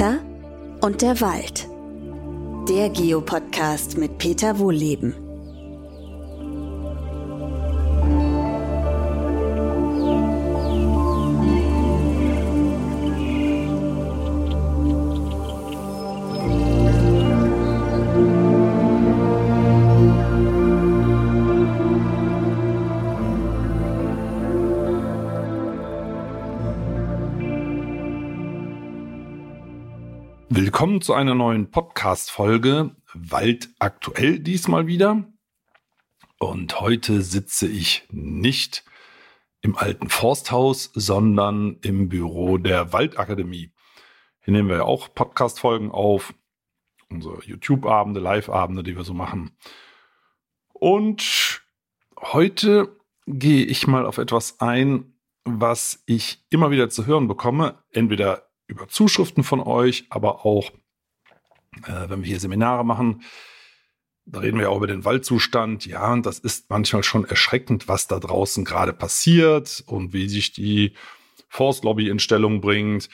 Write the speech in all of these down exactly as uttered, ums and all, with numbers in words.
Peter und der Wald. Der Geopodcast mit Peter Wohlleben. Willkommen zu einer neuen Podcast-Folge, Wald aktuell diesmal wieder. Und heute sitze ich nicht im alten Forsthaus, sondern im Büro der Waldakademie. Hier nehmen wir ja auch Podcast-Folgen auf, unsere YouTube-Abende, Live-Abende, die wir so machen. Und heute gehe ich mal auf etwas ein, was ich immer wieder zu hören bekomme, entweder über Zuschriften von euch, aber auch, äh, wenn wir hier Seminare machen, da reden wir auch über den Waldzustand. Ja, und das ist manchmal schon erschreckend, was da draußen gerade passiert und wie sich die Forstlobby in Stellung bringt.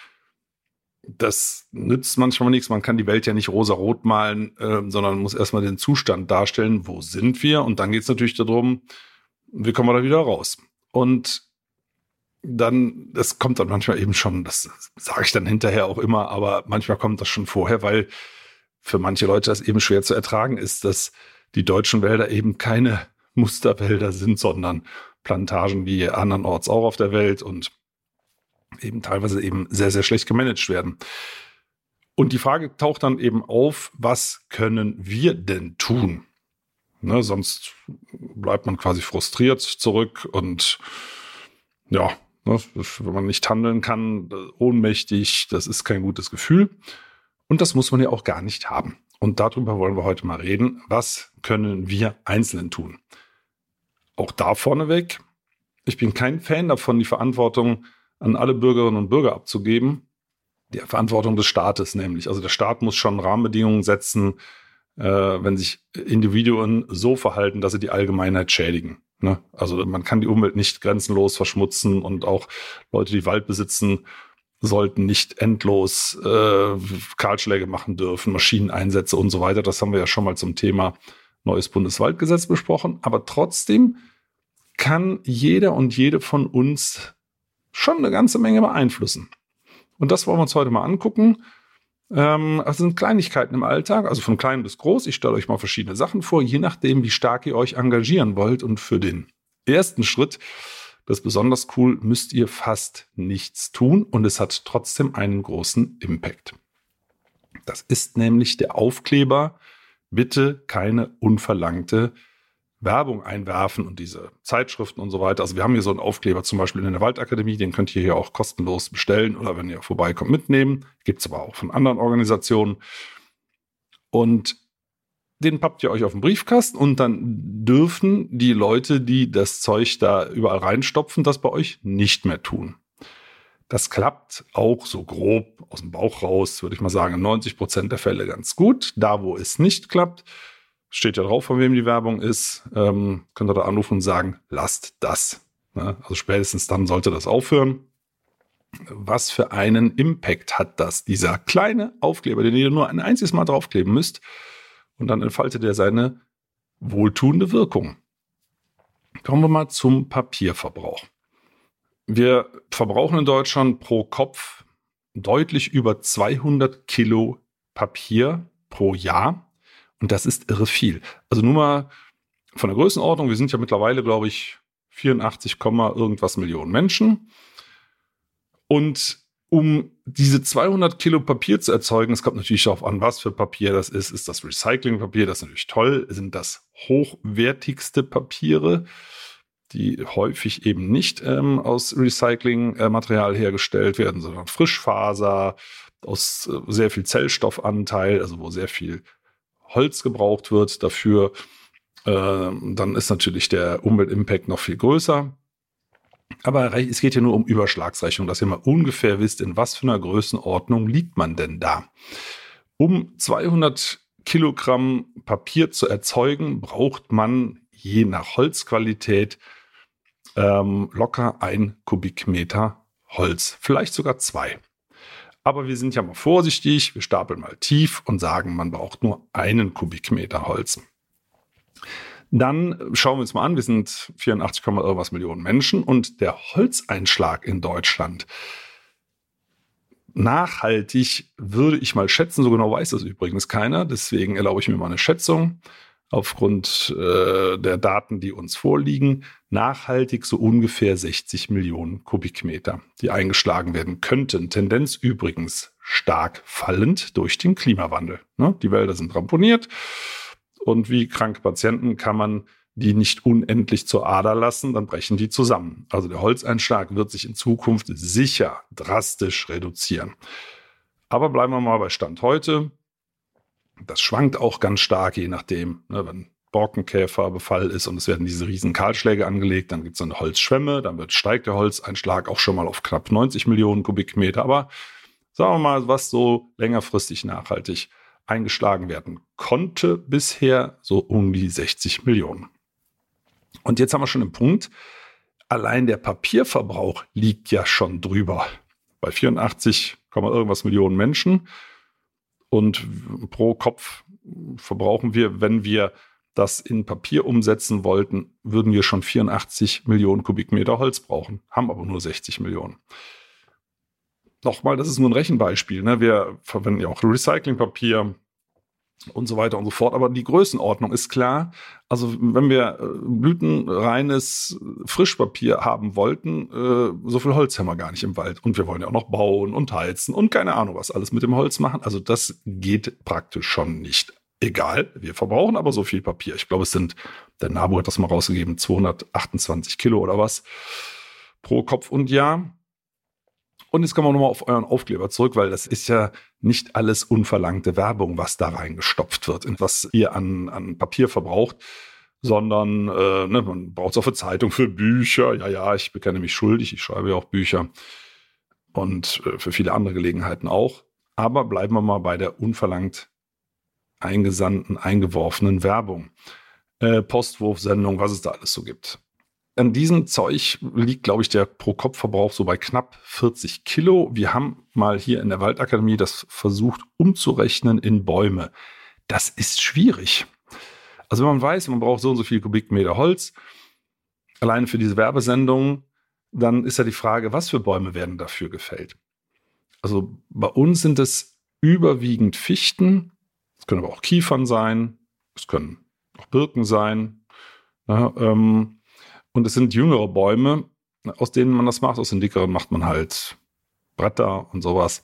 Das nützt manchmal nichts. Man kann die Welt ja nicht rosa-rot malen, äh, sondern muss erstmal den Zustand darstellen, wo sind wir? Und dann geht es natürlich darum, wie kommen wir da wieder raus? Und dann, das kommt dann manchmal eben schon, das sage ich dann hinterher auch immer, aber manchmal kommt das schon vorher, weil für manche Leute das eben schwer zu ertragen ist, dass die deutschen Wälder eben keine Musterwälder sind, sondern Plantagen wie andernorts auch auf der Welt und eben teilweise eben sehr, sehr schlecht gemanagt werden. Und die Frage taucht dann eben auf, was können wir denn tun? Ne, sonst bleibt man quasi frustriert zurück und ja, wenn man nicht handeln kann, ohnmächtig, das ist kein gutes Gefühl. Und das muss man ja auch gar nicht haben. Und darüber wollen wir heute mal reden. Was können wir Einzelnen tun? Auch da vorneweg, ich bin kein Fan davon, die Verantwortung an alle Bürgerinnen und Bürger abzugeben. Die Verantwortung des Staates nämlich. Also der Staat muss schon Rahmenbedingungen setzen, äh, wenn sich Individuen so verhalten, dass sie die Allgemeinheit schädigen. Ne? Also man kann die Umwelt nicht grenzenlos verschmutzen und auch Leute, die Wald besitzen, sollten nicht endlos äh, Kahlschläge machen dürfen, Maschineneinsätze und so weiter. Das haben wir ja schon mal zum Thema neues Bundeswaldgesetz besprochen. Aber trotzdem kann jeder und jede von uns schon eine ganze Menge beeinflussen. Und das wollen wir uns heute mal angucken. Ähm, das sind Kleinigkeiten im Alltag, also von klein bis groß. Ich stelle euch mal verschiedene Sachen vor, je nachdem, wie stark ihr euch engagieren wollt. Und für den ersten Schritt, das ist besonders cool, müsst ihr fast nichts tun und es hat trotzdem einen großen Impact. Das ist nämlich der Aufkleber, bitte keine unverlangte Werbung einwerfen und diese Zeitschriften und so weiter. Also wir haben hier so einen Aufkleber zum Beispiel in der Waldakademie, den könnt ihr hier auch kostenlos bestellen oder wenn ihr vorbeikommt mitnehmen. Gibt es aber auch von anderen Organisationen. Und den pappt ihr euch auf den Briefkasten und dann dürfen die Leute, die das Zeug da überall reinstopfen, das bei euch nicht mehr tun. Das klappt auch so grob aus dem Bauch raus, würde ich mal sagen, in neunzig Prozent der Fälle ganz gut. Da, wo es nicht klappt, steht ja drauf, von wem die Werbung ist, ähm, könnt ihr da anrufen und sagen, lasst das. Ne? Also spätestens dann sollte das aufhören. Was für einen Impact hat das, dieser kleine Aufkleber, den ihr nur ein einziges Mal draufkleben müsst und dann entfaltet er seine wohltuende Wirkung. Kommen wir mal zum Papierverbrauch. Wir verbrauchen in Deutschland pro Kopf deutlich über zweihundert Kilo Papier pro Jahr. Und das ist irre viel. Also nur mal von der Größenordnung, wir sind ja mittlerweile, glaube ich, vierundachtzig, irgendwas Millionen Menschen. Und um diese zweihundert Kilo Papier zu erzeugen, es kommt natürlich darauf an, was für Papier das ist. Ist das Recyclingpapier? Das ist natürlich toll. Sind das hochwertigste Papiere, die häufig eben nicht ähm, aus Recyclingmaterial hergestellt werden, sondern Frischfaser, aus äh, sehr viel Zellstoffanteil, also wo sehr viel Holz gebraucht wird dafür, äh, dann ist natürlich der Umweltimpact noch viel größer. Aber es geht hier nur um Überschlagsrechnung, dass ihr mal ungefähr wisst, in was für einer Größenordnung liegt man denn da. Um zweihundert Kilogramm Papier zu erzeugen, braucht man je nach Holzqualität ähm, locker ein Kubikmeter Holz, vielleicht sogar zwei. Aber wir sind ja mal vorsichtig, wir stapeln mal tief und sagen, man braucht nur einen Kubikmeter Holz. Dann schauen wir uns mal an, wir sind vierundachtzig, irgendwas Millionen Menschen und der Holzeinschlag in Deutschland, nachhaltig würde ich mal schätzen, so genau weiß das übrigens keiner, deswegen erlaube ich mir mal eine Schätzung aufgrund äh, der Daten, die uns vorliegen, nachhaltig so ungefähr sechzig Millionen Kubikmeter, die eingeschlagen werden könnten. Tendenz übrigens stark fallend durch den Klimawandel. Ne? Die Wälder sind ramponiert. Und wie kranke Patienten kann man die nicht unendlich zur Ader lassen, dann brechen die zusammen. Also der Holzeinschlag wird sich in Zukunft sicher drastisch reduzieren. Aber bleiben wir mal bei Stand heute. Das schwankt auch ganz stark, je nachdem, ne, wenn Borkenkäferbefall ist und es werden diese riesen Kahlschläge angelegt, dann gibt es eine Holzschwemme, dann wird, steigt der Holzeinschlag auch schon mal auf knapp neunzig Millionen Kubikmeter. Aber sagen wir mal, was so längerfristig nachhaltig eingeschlagen werden konnte bisher, so um die sechzig Millionen. Und jetzt haben wir schon den Punkt, allein der Papierverbrauch liegt ja schon drüber. Bei vierundachtzig, irgendwas Millionen Menschen und pro Kopf verbrauchen wir, wenn wir das in Papier umsetzen wollten, würden wir schon vierundachtzig Millionen Kubikmeter Holz brauchen, haben aber nur sechzig Millionen. Nochmal, das ist nur ein Rechenbeispiel. Ne? Wir verwenden ja auch Recyclingpapier und so weiter und so fort. Aber die Größenordnung ist klar. Also wenn wir blütenreines Frischpapier haben wollten, so viel Holz haben wir gar nicht im Wald. Und wir wollen ja auch noch bauen und heizen und keine Ahnung, was alles mit dem Holz machen. Also das geht praktisch schon nicht. Egal, wir verbrauchen aber so viel Papier. Ich glaube, es sind, der NABU hat das mal rausgegeben, zweihundertachtundzwanzig Kilo oder was pro Kopf und Jahr. Und jetzt kommen wir nochmal auf euren Aufkleber zurück, weil das ist ja nicht alles unverlangte Werbung, was da reingestopft wird, was ihr an, an Papier verbraucht, sondern äh, ne, man braucht es auch für Zeitung, für Bücher. Ja, ja, ich bekenne mich schuldig, ich schreibe ja auch Bücher und äh, für viele andere Gelegenheiten auch. Aber bleiben wir mal bei der unverlangt eingesandten, eingeworfenen Werbung. Äh, Postwurfsendung, was es da alles so gibt. An diesem Zeug liegt, glaube ich, der Pro-Kopf-Verbrauch so bei knapp vierzig Kilo. Wir haben mal hier in der Waldakademie das versucht umzurechnen in Bäume. Das ist schwierig. Also wenn man weiß, man braucht so und so viel Kubikmeter Holz, alleine für diese Werbesendung, dann ist ja die Frage, was für Bäume werden dafür gefällt. Also bei uns sind es überwiegend Fichten, es können aber auch Kiefern sein, es können auch Birken sein, ja, ähm, und es sind jüngere Bäume, aus denen man das macht. Aus den dickeren macht man halt Bretter und sowas.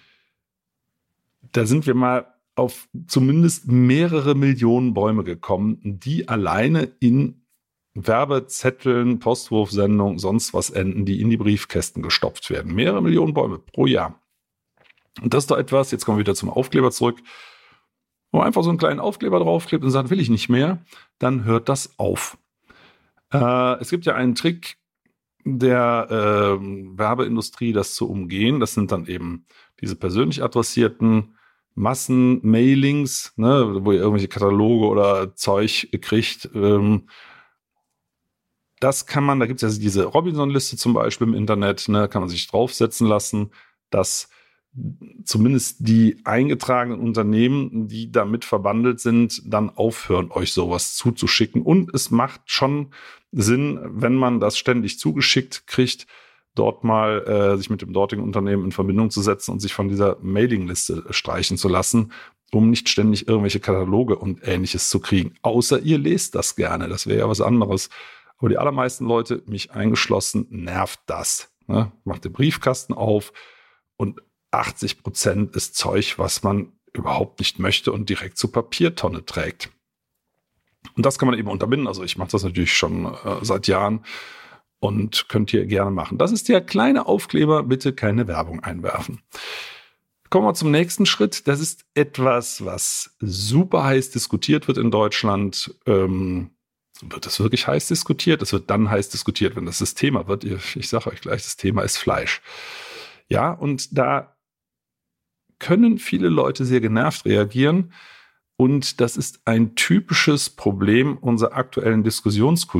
Da sind wir mal auf zumindest mehrere Millionen Bäume gekommen, die alleine in Werbezetteln, Postwurfsendungen, sonst was enden, die in die Briefkästen gestopft werden. Mehrere Millionen Bäume pro Jahr. Und das ist doch etwas, jetzt kommen wir wieder zum Aufkleber zurück, wo man einfach so einen kleinen Aufkleber draufklebt und sagt, will ich nicht mehr, dann hört das auf. Es gibt ja einen Trick der äh, Werbeindustrie, das zu umgehen. Das sind dann eben diese persönlich adressierten Massen-Mailings, ne, wo ihr irgendwelche Kataloge oder Zeug kriegt. Ähm, das kann man, da gibt es ja diese Robinson-Liste zum Beispiel im Internet, ne, kann man sich draufsetzen lassen, dass zumindest die eingetragenen Unternehmen, die damit verbandelt sind, dann aufhören, euch sowas zuzuschicken. Und es macht schon Sinn, wenn man das ständig zugeschickt kriegt, dort mal äh, sich mit dem dortigen Unternehmen in Verbindung zu setzen und sich von dieser Mailingliste streichen zu lassen, um nicht ständig irgendwelche Kataloge und Ähnliches zu kriegen. Außer ihr lest das gerne, das wäre ja was anderes. Aber die allermeisten Leute, mich eingeschlossen, nervt das. Ne? Macht den Briefkasten auf und achtzig Prozent ist Zeug, was man überhaupt nicht möchte und direkt zur Papiertonne trägt. Und das kann man eben unterbinden. Also ich mache das natürlich schon äh, seit Jahren und könnt ihr gerne machen. Das ist der kleine Aufkleber, bitte keine Werbung einwerfen. Kommen wir zum nächsten Schritt. Das ist etwas, was super heiß diskutiert wird in Deutschland. Ähm, wird das wirklich heiß diskutiert? Es wird dann heiß diskutiert, wenn das das Thema wird. Ich sage euch gleich, das Thema ist Fleisch. Ja, und da können viele Leute sehr genervt reagieren. Und das ist ein typisches Problem unserer aktuellen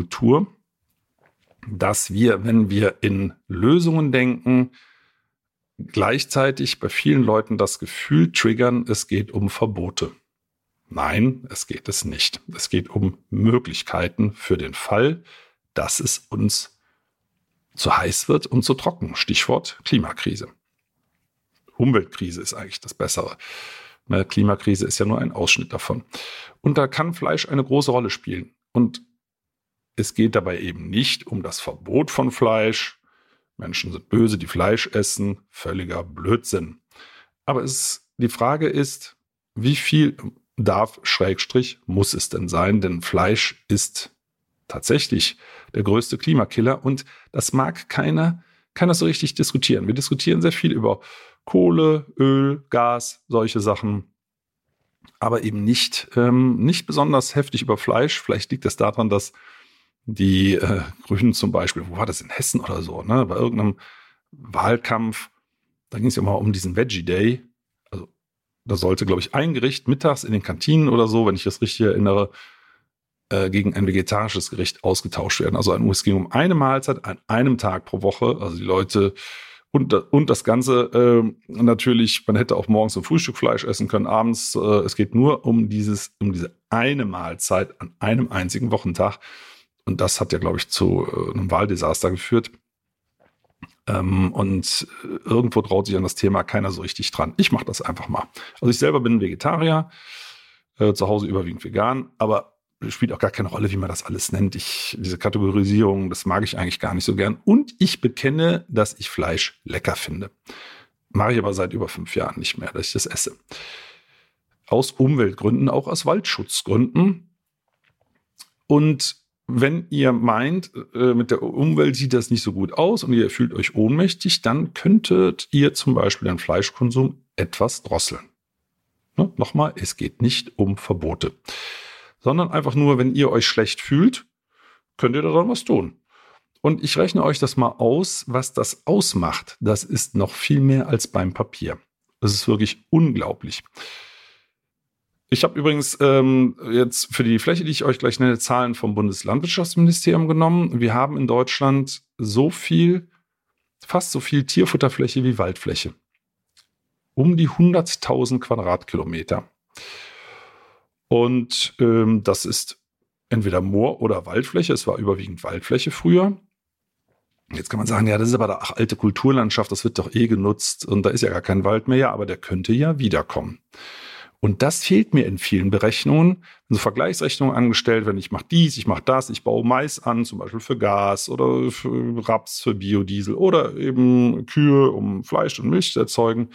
Diskussionskultur, dass wir, wenn wir in Lösungen denken, gleichzeitig bei vielen Leuten das Gefühl triggern, es geht um Verbote. Nein, es geht es nicht. Es geht um Möglichkeiten für den Fall, dass es uns zu heiß wird und zu trocken. Stichwort Klimakrise. Umweltkrise ist eigentlich das Bessere. Eine Klimakrise ist ja nur ein Ausschnitt davon. Und da kann Fleisch eine große Rolle spielen. Und es geht dabei eben nicht um das Verbot von Fleisch. Menschen sind böse, die Fleisch essen. Völliger Blödsinn. Aber es, die Frage ist, wie viel darf, Schrägstrich, muss es denn sein? Denn Fleisch ist tatsächlich der größte Klimakiller. Und das mag keiner, keiner so richtig diskutieren. Wir diskutieren sehr viel über Kohle, Öl, Gas, solche Sachen. Aber eben nicht, ähm, nicht besonders heftig über Fleisch. Vielleicht liegt es daran, dass die äh, Grünen zum Beispiel, wo war das, in Hessen oder so, ne, bei irgendeinem Wahlkampf, da ging es ja mal um diesen Veggie Day. Also da sollte, glaube ich, ein Gericht mittags in den Kantinen oder so, wenn ich das richtig erinnere, äh, gegen ein vegetarisches Gericht ausgetauscht werden. Also es ging um eine Mahlzeit an einem Tag pro Woche. Also die Leute und, und das Ganze äh, natürlich, man hätte auch morgens zum Frühstück Fleisch essen können, abends. Äh, es geht nur um dieses, um diese eine Mahlzeit an einem einzigen Wochentag. Und das hat ja, glaube ich, zu äh, einem Wahldesaster geführt. Ähm, und irgendwo traut sich an das Thema keiner so richtig dran. Ich mache das einfach mal. Also ich selber bin Vegetarier, äh, zu Hause überwiegend vegan, aber spielt auch gar keine Rolle, wie man das alles nennt. Ich, diese Kategorisierung, das mag ich eigentlich gar nicht so gern. Und ich bekenne, dass ich Fleisch lecker finde. Mache ich aber seit über fünf Jahren nicht mehr, dass ich das esse. Aus Umweltgründen, auch aus Waldschutzgründen. Und wenn ihr meint, äh, mit der Umwelt sieht das nicht so gut aus und ihr fühlt euch ohnmächtig, dann könntet ihr zum Beispiel den Fleischkonsum etwas drosseln. Ne? Nochmal, es geht nicht um Verbote, sondern einfach nur, wenn ihr euch schlecht fühlt, könnt ihr daran was tun. Und ich rechne euch das mal aus, was das ausmacht. Das ist noch viel mehr als beim Papier. Das ist wirklich unglaublich. Ich habe übrigens ähm, jetzt für die Fläche, die ich euch gleich nenne, Zahlen vom Bundeslandwirtschaftsministerium genommen. Wir haben in Deutschland so viel, fast so viel Tierfutterfläche wie Waldfläche. Um die hunderttausend Quadratkilometer. Und ähm, das ist entweder Moor- oder Waldfläche. Es war überwiegend Waldfläche früher. Jetzt kann man sagen, ja, das ist aber eine ach, alte Kulturlandschaft, das wird doch eh genutzt und da ist ja gar kein Wald mehr. Ja, aber der könnte ja wiederkommen. Und das fehlt mir in vielen Berechnungen. Wenn so Vergleichsrechnungen angestellt werden, ich mache dies, ich mache das, ich baue Mais an, zum Beispiel für Gas oder für Raps, für Biodiesel oder eben Kühe, um Fleisch und Milch zu erzeugen.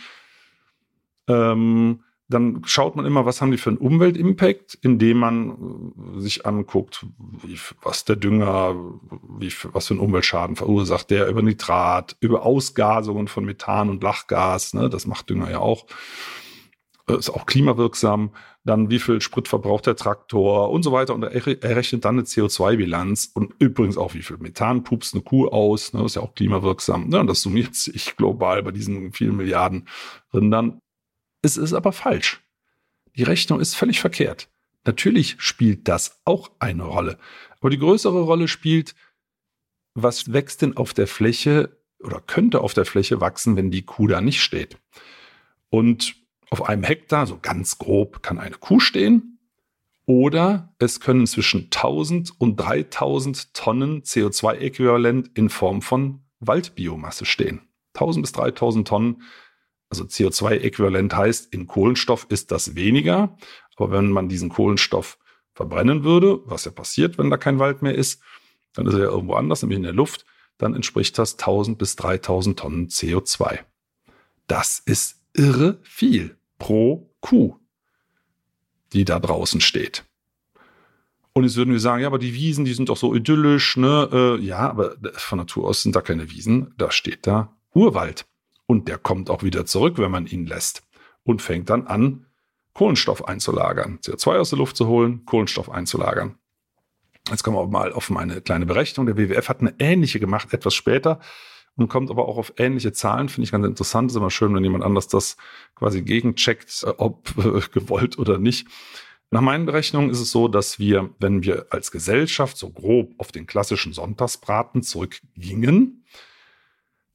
Ähm, dann schaut man immer, was haben die für einen Umweltimpact, indem man sich anguckt, wie, was der Dünger, wie, was für einen Umweltschaden verursacht der über Nitrat, über Ausgasungen von Methan und Lachgas, ne, das macht Dünger ja auch. Ist auch klimawirksam, dann wie viel Sprit verbraucht der Traktor und so weiter. Und er errechnet dann eine C O zwei Bilanz und übrigens auch, wie viel Methan pupst eine Kuh aus, ne, ist ja auch klimawirksam. Ne, und das summiert sich global bei diesen vielen Milliarden Rindern. Es ist aber falsch. Die Rechnung ist völlig verkehrt. Natürlich spielt das auch eine Rolle. Aber die größere Rolle spielt, was wächst denn auf der Fläche oder könnte auf der Fläche wachsen, wenn die Kuh da nicht steht. Und auf einem Hektar, so ganz grob, kann eine Kuh stehen oder es können zwischen tausend und dreitausend Tonnen C O zwei Äquivalent in Form von Waldbiomasse stehen. tausend bis dreitausend Tonnen, also C O zwei Äquivalent heißt, in Kohlenstoff ist das weniger, aber wenn man diesen Kohlenstoff verbrennen würde, was ja passiert, wenn da kein Wald mehr ist, dann ist er ja irgendwo anders, nämlich in der Luft, dann entspricht das tausend bis dreitausend Tonnen C O zwei. Das ist irre viel pro Kuh, die da draußen steht. Und jetzt würden wir sagen, ja, aber die Wiesen, die sind doch so idyllisch, ne? Äh, ja, aber von Natur aus sind da keine Wiesen, da steht da Urwald. Und der kommt auch wieder zurück, wenn man ihn lässt. Und fängt dann an, Kohlenstoff einzulagern. C O zwei aus der Luft zu holen, Kohlenstoff einzulagern. Jetzt kommen wir mal auf meine kleine Berechnung. Der W W F hat eine ähnliche gemacht, etwas später. Und kommt aber auch auf ähnliche Zahlen, finde ich ganz interessant. Ist immer schön, wenn jemand anders das quasi gegencheckt, ob äh, gewollt oder nicht. Nach meinen Berechnungen ist es so, dass wir, wenn wir als Gesellschaft so grob auf den klassischen Sonntagsbraten zurückgingen,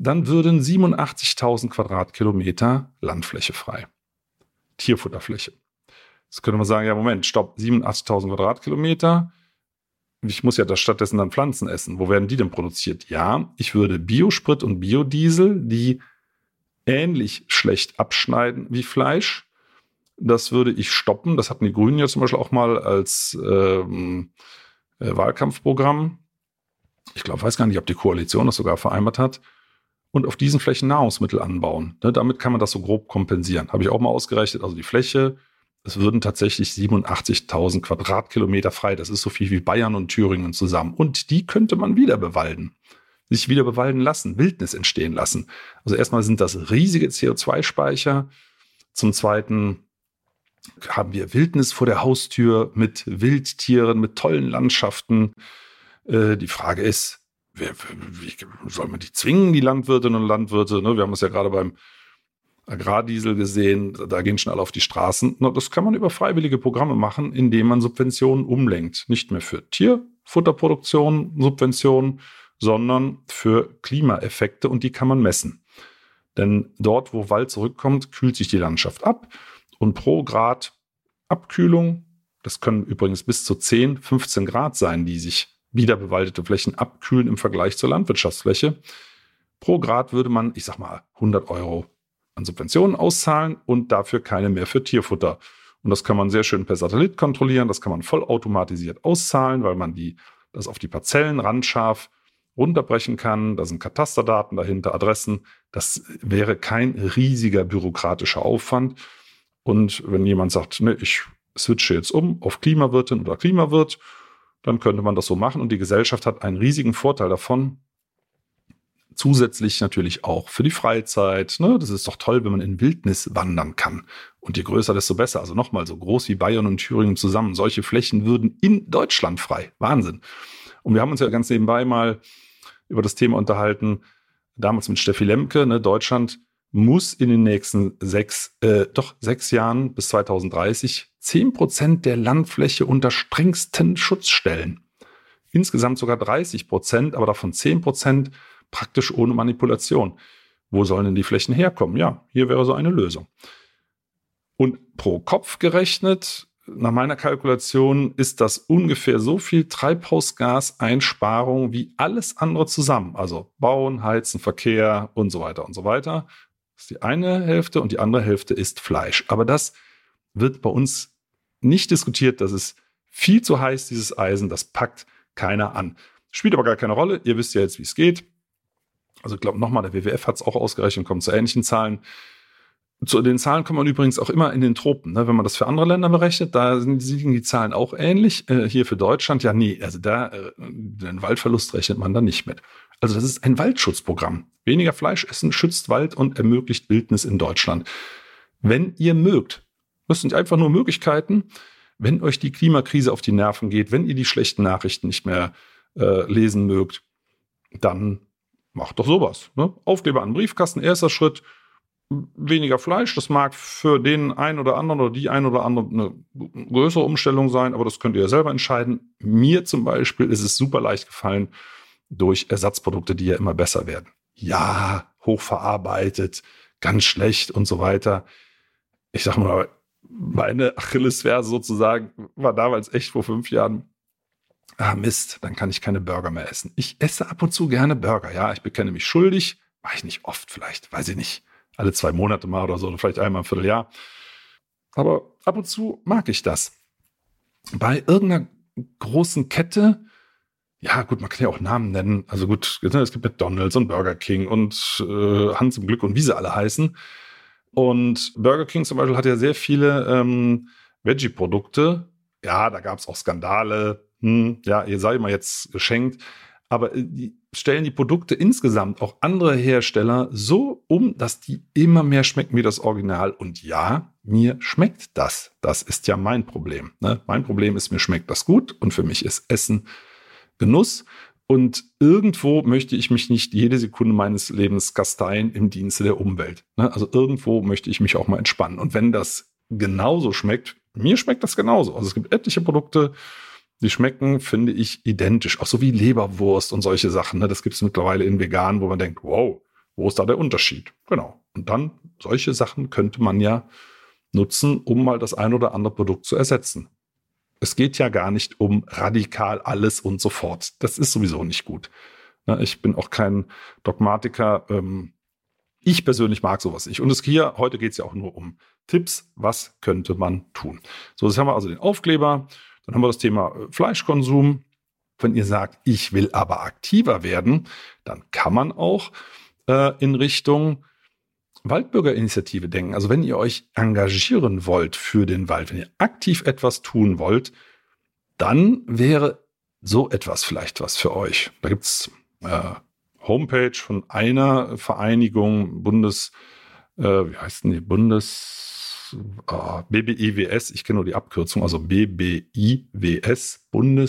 dann würden siebenundachtzigtausend Quadratkilometer Landfläche frei. Tierfutterfläche. Jetzt könnte man sagen, ja Moment, stopp, siebenundachtzigtausend Quadratkilometer. Ich muss ja da stattdessen dann Pflanzen essen. Wo werden die denn produziert? Ja, ich würde Biosprit und Biodiesel, die ähnlich schlecht abschneiden wie Fleisch, das würde ich stoppen. Das hatten die Grünen ja zum Beispiel auch mal als ähm, äh, Wahlkampfprogramm. Ich glaube, weiß gar nicht, ob die Koalition das sogar vereinbart hat. Und auf diesen Flächen Nahrungsmittel anbauen. Ne, damit kann man das so grob kompensieren. Habe ich auch mal ausgerechnet. Also die Fläche, es würden tatsächlich siebenundachtzigtausend Quadratkilometer frei. Das ist so viel wie Bayern und Thüringen zusammen. Und die könnte man wieder bewalden. Sich wieder bewalden lassen, Wildnis entstehen lassen. Also erstmal sind das riesige C O zwei Speicher. Zum Zweiten haben wir Wildnis vor der Haustür mit Wildtieren, mit tollen Landschaften. Äh, die Frage ist, wer, wie soll man die zwingen, die Landwirtinnen und Landwirte? Ne? Wir haben es ja gerade beim Agrardiesel gesehen, da gehen schon alle auf die Straßen. Das kann man über freiwillige Programme machen, indem man Subventionen umlenkt. Nicht mehr für Tierfutterproduktion Subventionen, sondern für Klimaeffekte, und die kann man messen. Denn dort, wo Wald zurückkommt, kühlt sich die Landschaft ab, und pro Grad Abkühlung, das können übrigens bis zu zehn, fünfzehn Grad sein, die sich wiederbewaldete Flächen abkühlen im Vergleich zur Landwirtschaftsfläche. Pro Grad würde man, ich sag mal, hundert Euro an Subventionen auszahlen und dafür keine mehr für Tierfutter. Und das kann man sehr schön per Satellit kontrollieren, das kann man vollautomatisiert auszahlen, weil man die, das auf die Parzellen randscharf runterbrechen kann. Da sind Katasterdaten dahinter, Adressen. Das wäre kein riesiger bürokratischer Aufwand. Und wenn jemand sagt, ne, ich switche jetzt um auf Klimawirtin oder Klimawirt, dann könnte man das so machen. Und die Gesellschaft hat einen riesigen Vorteil davon. Zusätzlich natürlich auch für die Freizeit. Ne? Das ist doch toll, wenn man in Wildnis wandern kann. Und je größer, desto besser. Also nochmal, so groß wie Bayern und Thüringen zusammen. Solche Flächen würden in Deutschland frei. Wahnsinn. Und wir haben uns ja ganz nebenbei mal über das Thema unterhalten, damals mit Steffi Lemke. Ne? Deutschland muss in den nächsten sechs, äh, doch sechs Jahren bis zweitausenddreißig zehn Prozent der Landfläche unter strengsten Schutz stellen. Insgesamt sogar dreißig Prozent, aber davon zehn Prozent praktisch ohne Manipulation. Wo sollen denn die Flächen herkommen? Ja, hier wäre so eine Lösung. Und pro Kopf gerechnet, nach meiner Kalkulation, ist das ungefähr so viel Treibhausgaseinsparung wie alles andere zusammen. Also Bauen, Heizen, Verkehr und so weiter und so weiter. Das ist die eine Hälfte, und die andere Hälfte ist Fleisch. Aber das wird bei uns nicht diskutiert. Das ist viel zu heiß, dieses Eisen. Das packt keiner an. Spielt aber gar keine Rolle. Ihr wisst ja jetzt, wie es geht. Also ich glaube nochmal, der W W F hat es auch ausgerechnet und kommt zu ähnlichen Zahlen. Zu den Zahlen kommt man übrigens auch immer in den Tropen. Ne? Wenn man das für andere Länder berechnet, da sind, liegen die Zahlen auch ähnlich. Äh, hier für Deutschland, ja nee, also da äh, den Waldverlust rechnet man da nicht mit. Also das ist ein Waldschutzprogramm. Weniger Fleisch essen schützt Wald und ermöglicht Wildnis in Deutschland. Wenn ihr mögt, das sind einfach nur Möglichkeiten, wenn euch die Klimakrise auf die Nerven geht, wenn ihr die schlechten Nachrichten nicht mehr äh, lesen mögt, dann macht doch sowas. Ne? Aufkleber an den Briefkasten, erster Schritt. Weniger Fleisch, das mag für den einen oder anderen oder die ein oder andere eine größere Umstellung sein, aber das könnt ihr ja selber entscheiden. Mir zum Beispiel ist es super leicht gefallen durch Ersatzprodukte, die ja immer besser werden. Ja, hochverarbeitet, ganz schlecht und so weiter. Ich sag mal, meine Achillesferse sozusagen war damals echt vor fünf Jahren, ah Mist, dann kann ich keine Burger mehr essen. Ich esse ab und zu gerne Burger, ja, ich bekenne mich schuldig, mache ich nicht oft vielleicht, weiß ich nicht. Alle zwei Monate mal oder so, oder vielleicht einmal im Vierteljahr. Aber ab und zu mag ich das. Bei irgendeiner großen Kette, ja gut, man kann ja auch Namen nennen. Also gut, es gibt McDonald's und Burger King und äh, Hans im Glück und wie sie alle heißen. Und Burger King zum Beispiel hat ja sehr viele ähm, Veggie-Produkte. Ja, da gab es auch Skandale. Hm, ja, ihr seid mal jetzt geschenkt. Aber die stellen die Produkte insgesamt, auch andere Hersteller, so um, dass die immer mehr schmecken wie das Original. Und ja, mir schmeckt das. Das ist ja mein Problem. Ne? Mein Problem ist, mir schmeckt das gut. Und für mich ist Essen Genuss. Und irgendwo möchte ich mich nicht jede Sekunde meines Lebens kasteien im Dienste der Umwelt. Ne? Also irgendwo möchte ich mich auch mal entspannen. Und wenn das genauso schmeckt, mir schmeckt das genauso. Also es gibt etliche Produkte, die schmecken, finde ich, identisch. Auch so wie Leberwurst und solche Sachen. Ne? Das gibt es mittlerweile in vegan, wo man denkt, wow, Wo ist da der Unterschied? Genau. Und dann, solche Sachen könnte man ja nutzen, um mal das ein oder andere Produkt zu ersetzen. Es geht ja gar nicht um radikal alles und sofort. Das ist sowieso nicht gut. Ich bin auch kein Dogmatiker. Ich persönlich mag sowas nicht. Und es hier, heute geht es ja auch nur um Tipps. Was könnte man tun? So, jetzt haben wir also den Aufkleber. Dann haben wir das Thema Fleischkonsum. Wenn ihr sagt, ich will aber aktiver werden, dann kann man auch äh, in Richtung Waldbürgerinitiative denken. Also wenn ihr euch engagieren wollt für den Wald, wenn ihr aktiv etwas tun wollt, dann wäre so etwas vielleicht was für euch. Da gibt es äh, Homepage von einer Vereinigung, Bundes, äh, wie heißt denn die, Bundes, äh, B B I W S, ich kenne nur die Abkürzung, also B B I W S,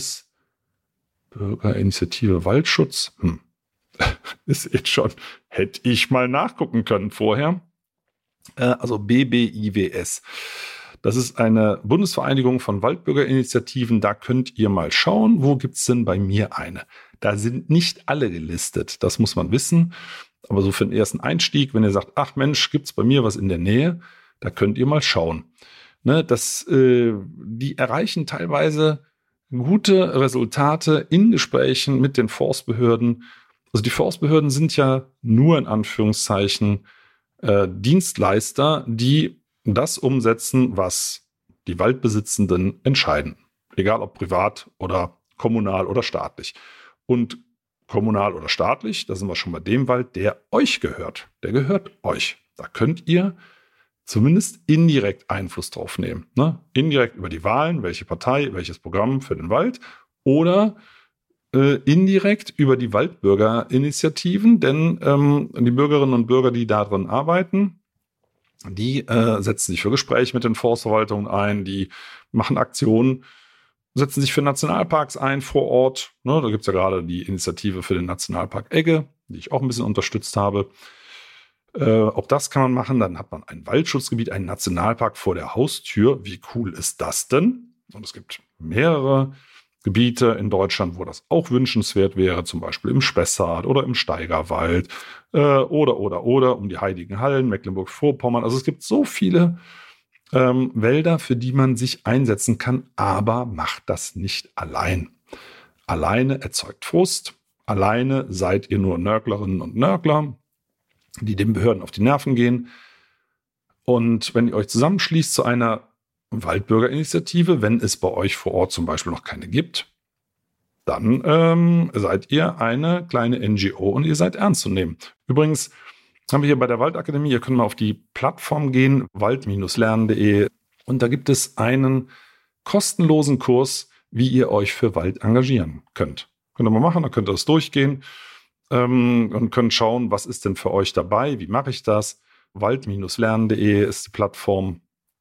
Bundesbürgerinitiative Waldschutz. Hm. Ist jetzt schon, hätte ich mal nachgucken können vorher. Äh, also B B I W S. Das ist eine Bundesvereinigung von Waldbürgerinitiativen. Da könnt ihr mal schauen, wo gibt es denn bei mir eine. Da sind nicht alle gelistet, das muss man wissen. Aber so für den ersten Einstieg, wenn ihr sagt, ach Mensch, gibt es bei mir was in der Nähe, da könnt ihr mal schauen. Ne, das, äh, die erreichen teilweise gute Resultate in Gesprächen mit den Forstbehörden. Also die Forstbehörden sind ja nur in Anführungszeichen äh, Dienstleister, die das umsetzen, was die Waldbesitzenden entscheiden. Egal ob privat oder kommunal oder staatlich. Und kommunal oder staatlich, da sind wir schon bei dem Wald, der euch gehört. Der gehört euch. Da könnt ihr zumindest indirekt Einfluss drauf nehmen. Ne? Indirekt über die Wahlen, welche Partei, welches Programm für den Wald oder äh, indirekt über die Waldbürgerinitiativen, denn ähm, die Bürgerinnen und Bürger, die darin arbeiten, die äh, setzen sich für Gespräche mit den Forstverwaltungen ein, die machen Aktionen, setzen sich für Nationalparks ein vor Ort. Ne, da gibt es ja gerade die Initiative für den Nationalpark Egge, die ich auch ein bisschen unterstützt habe. Äh, auch das kann man machen. Dann hat man ein Waldschutzgebiet, einen Nationalpark vor der Haustür. Wie cool ist das denn? Und es gibt mehrere Gebiete in Deutschland, wo das auch wünschenswert wäre, zum Beispiel im Spessart oder im Steigerwald äh, oder, oder, oder um die Heiligen Hallen, Mecklenburg-Vorpommern. Also es gibt so viele ähm, Wälder, für die man sich einsetzen kann, aber macht das nicht allein. Alleine erzeugt Frust. Alleine seid ihr nur Nörglerinnen und Nörgler, die den Behörden auf die Nerven gehen. Und wenn ihr euch zusammenschließt zu einer Waldbürgerinitiative, wenn es bei euch vor Ort zum Beispiel noch keine gibt, dann ähm, seid ihr eine kleine N G O und ihr seid ernst zu nehmen. Übrigens haben wir hier bei der Waldakademie, ihr könnt mal auf die Plattform gehen, wald Bindestrich lernen punkt de, und da gibt es einen kostenlosen Kurs, wie ihr euch für Wald engagieren könnt. Könnt ihr mal machen, dann könnt ihr das durchgehen ähm, und könnt schauen, was ist denn für euch dabei, wie mache ich das. wald Bindestrich lernen punkt de ist die Plattform.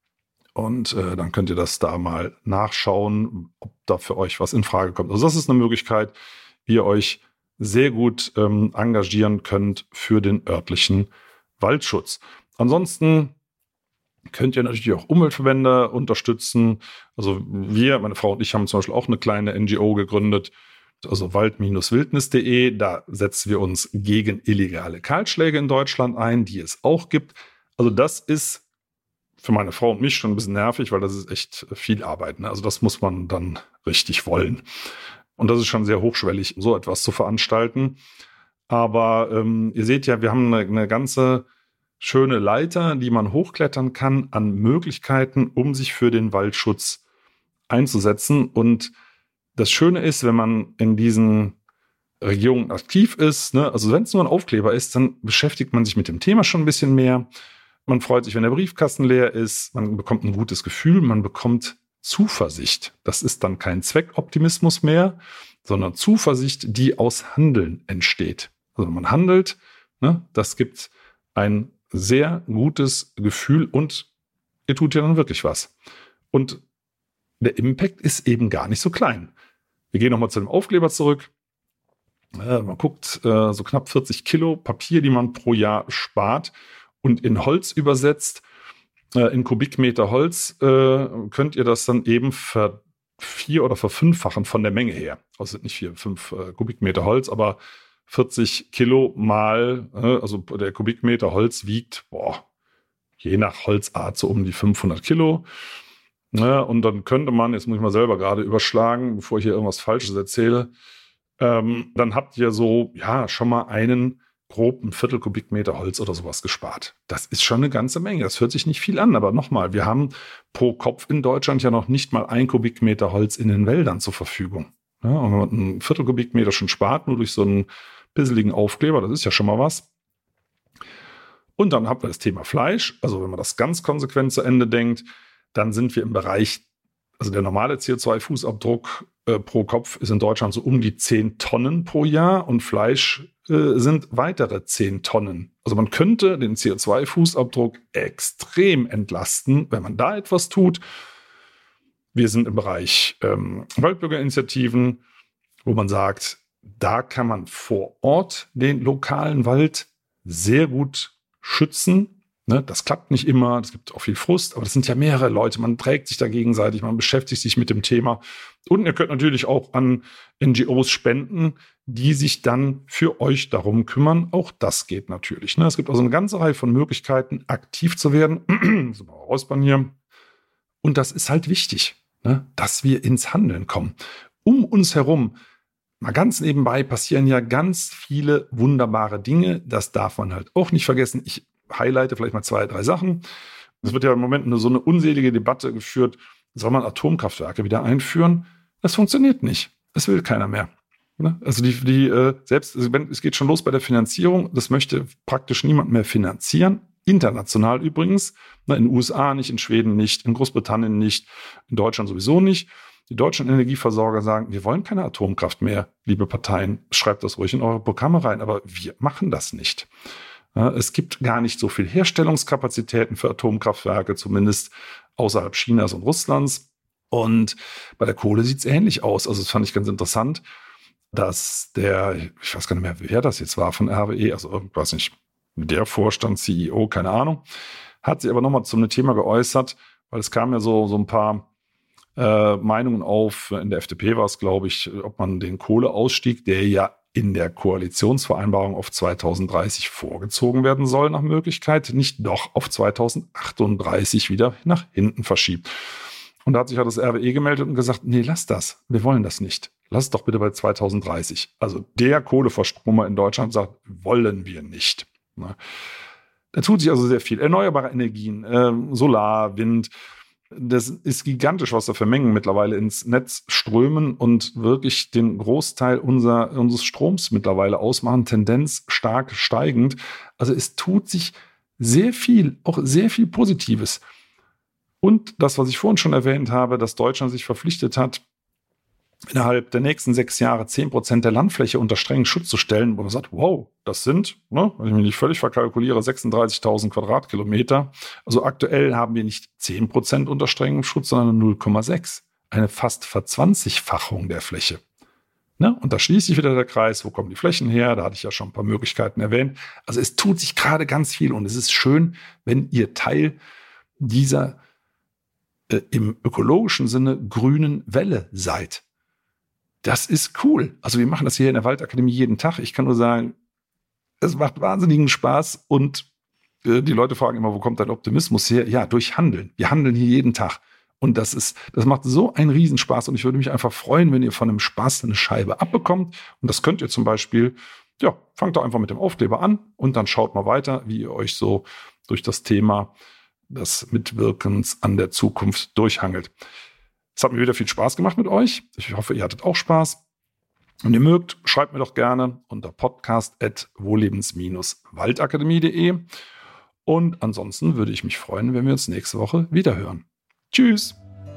Und äh, dann könnt ihr das da mal nachschauen, ob da für euch was in Frage kommt. Also das ist eine Möglichkeit, wie ihr euch sehr gut ähm, engagieren könnt für den örtlichen Waldschutz. Ansonsten könnt ihr natürlich auch Umweltverbände unterstützen. Also wir, meine Frau und ich, haben zum Beispiel auch eine kleine N G O gegründet, also wald Bindestrich wildnis punkt de. Da setzen wir uns gegen illegale Kahlschläge in Deutschland ein, die es auch gibt. Also das ist für meine Frau und mich schon ein bisschen nervig, weil das ist echt viel Arbeit. Ne? Also das muss man dann richtig wollen. Und das ist schon sehr hochschwellig, so etwas zu veranstalten. Aber ähm, ihr seht ja, wir haben eine, eine ganze schöne Leiter, die man hochklettern kann an Möglichkeiten, um sich für den Waldschutz einzusetzen. Und das Schöne ist, wenn man in diesen Regionen aktiv ist, ne? Also wenn es nur ein Aufkleber ist, dann beschäftigt man sich mit dem Thema schon ein bisschen mehr. Man freut sich, wenn der Briefkasten leer ist. Man bekommt ein gutes Gefühl. Man bekommt Zuversicht. Das ist dann kein Zweckoptimismus mehr, sondern Zuversicht, die aus Handeln entsteht. Also man handelt, ne, das gibt ein sehr gutes Gefühl und ihr tut ja dann wirklich was. Und der Impact ist eben gar nicht so klein. Wir gehen nochmal zu dem Aufkleber zurück. Äh, man guckt, äh, so knapp vierzig Kilo Papier, die man pro Jahr spart. Und in Holz übersetzt, äh, in Kubikmeter Holz, äh, könnt ihr das dann eben ver vier- oder verfünffachen von der Menge her. Also nicht vier, fünf äh, Kubikmeter Holz, aber vierzig Kilo mal, also der Kubikmeter Holz wiegt, boah, je nach Holzart so um die fünfhundert Kilo. Ja, und dann könnte man, jetzt muss ich mal selber gerade überschlagen, bevor ich hier irgendwas Falsches erzähle, ähm, dann habt ihr so, ja, schon mal einen grob ein Viertel Kubikmeter Holz oder sowas gespart. Das ist schon eine ganze Menge. Das hört sich nicht viel an, aber nochmal, wir haben pro Kopf in Deutschland ja noch nicht mal ein Kubikmeter Holz in den Wäldern zur Verfügung. Ja, und wenn man ein Viertel Kubikmeter schon spart, nur durch so einen pisseligen Aufkleber, das ist ja schon mal was. Und dann haben wir das Thema Fleisch. Also wenn man das ganz konsequent zu Ende denkt, dann sind wir im Bereich, also der normale C O zwei Fußabdruck äh, pro Kopf ist in Deutschland so um die zehn Tonnen pro Jahr und Fleisch äh, sind weitere zehn Tonnen. Also man könnte den C O zwei Fußabdruck extrem entlasten, wenn man da etwas tut. Wir sind im Bereich ähm, Waldbürgerinitiativen, wo man sagt, da kann man vor Ort den lokalen Wald sehr gut schützen. Ne, das klappt nicht immer, es gibt auch viel Frust, aber das sind ja mehrere Leute, man trägt sich da gegenseitig, man beschäftigt sich mit dem Thema. Und ihr könnt natürlich auch an N G Os spenden, die sich dann für euch darum kümmern. Auch das geht natürlich. Ne? Es gibt also eine ganze Reihe von Möglichkeiten, aktiv zu werden. So, mal räuspern hier. Und das ist halt wichtig, ne? Dass wir ins Handeln kommen. Um uns herum, mal ganz nebenbei, passieren ja ganz viele wunderbare Dinge. Das darf man halt auch nicht vergessen. Ich highlighte vielleicht mal zwei, drei Sachen. Es wird ja im Moment nur so eine unselige Debatte geführt, soll man Atomkraftwerke wieder einführen? Das funktioniert nicht. Das will keiner mehr. Also die, die äh, selbst, also wenn, es geht schon los bei der Finanzierung, das möchte praktisch niemand mehr finanzieren. International übrigens. In den U S A nicht, in Schweden nicht, in Großbritannien nicht, in Deutschland sowieso nicht. Die deutschen Energieversorger sagen, wir wollen keine Atomkraft mehr, liebe Parteien. Schreibt das ruhig in eure Programme rein, aber wir machen das nicht. Ja, es gibt gar nicht so viel Herstellungskapazitäten für Atomkraftwerke, zumindest außerhalb Chinas und Russlands. Und bei der Kohle sieht es ähnlich aus. Also das fand ich ganz interessant, dass der, ich weiß gar nicht mehr, wer das jetzt war von R W E, also irgendwas nicht, der Vorstand, C E O, keine Ahnung, hat sich aber nochmal zu einem Thema geäußert, weil es kamen ja so, so ein paar äh, Meinungen auf, in der F D P war es, glaube ich, ob man den Kohleausstieg, der ja in der Koalitionsvereinbarung auf zweitausenddreißig vorgezogen werden soll, nach Möglichkeit, nicht doch auf zweitausendachtunddreißig wieder nach hinten verschiebt. Und da hat sich ja das R W E gemeldet und gesagt, nee, lass das, wir wollen das nicht. Lass es doch bitte bei zweitausenddreißig. Also der Kohleverstromer in Deutschland sagt, wollen wir nicht. Da tut sich also sehr viel. Erneuerbare Energien, äh, Solar, Wind, das ist gigantisch, was da für Mengen mittlerweile ins Netz strömen und wirklich den Großteil unser, unseres Stroms mittlerweile ausmachen, Tendenz stark steigend. Also es tut sich sehr viel, auch sehr viel Positives. Und das, was ich vorhin schon erwähnt habe, dass Deutschland sich verpflichtet hat, innerhalb der nächsten sechs Jahre zehn Prozent der Landfläche unter strengen Schutz zu stellen, wo man sagt, wow, das sind, ne, wenn ich mich nicht völlig verkalkuliere, sechsunddreißigtausend Quadratkilometer. Also aktuell haben wir nicht zehn Prozent unter strengem Schutz, sondern null Komma sechs. Eine fast Verzwanzigfachung der Fläche. Ne? Und da schließt sich wieder der Kreis, wo kommen die Flächen her? Da hatte ich ja schon ein paar Möglichkeiten erwähnt. Also es tut sich gerade ganz viel und es ist schön, wenn ihr Teil dieser äh, im ökologischen Sinne grünen Welle seid. Das ist cool. Also wir machen das hier in der Waldakademie jeden Tag. Ich kann nur sagen, es macht wahnsinnigen Spaß und äh, die Leute fragen immer, wo kommt dein Optimismus her? Ja, durch Handeln. Wir handeln hier jeden Tag. Und das ist, das macht so einen Riesenspaß und ich würde mich einfach freuen, wenn ihr von dem Spaß eine Scheibe abbekommt. Und das könnt ihr zum Beispiel, ja, fangt doch einfach mit dem Aufkleber an und dann schaut mal weiter, wie ihr euch so durch das Thema des Mitwirkens an der Zukunft durchhangelt. Es hat mir wieder viel Spaß gemacht mit euch. Ich hoffe, ihr hattet auch Spaß. Und ihr mögt, schreibt mir doch gerne unter podcast at wohllebens waldakademie punkt de. Und ansonsten würde ich mich freuen, wenn wir uns nächste Woche wiederhören. Tschüss!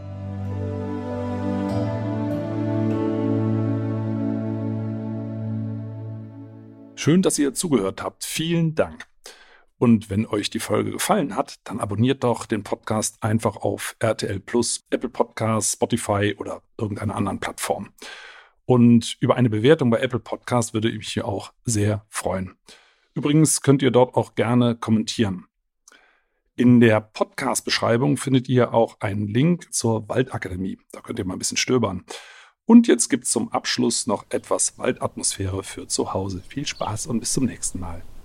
Schön, dass ihr zugehört habt. Vielen Dank. Und wenn euch die Folge gefallen hat, dann abonniert doch den Podcast einfach auf R T L Plus, Apple Podcasts, Spotify oder irgendeiner anderen Plattform. Und über eine Bewertung bei Apple Podcasts würde ich mich auch sehr freuen. Übrigens könnt ihr dort auch gerne kommentieren. In der Podcast-Beschreibung findet ihr auch einen Link zur Waldakademie. Da könnt ihr mal ein bisschen stöbern. Und jetzt gibt es zum Abschluss noch etwas Waldatmosphäre für zu Hause. Viel Spaß und bis zum nächsten Mal.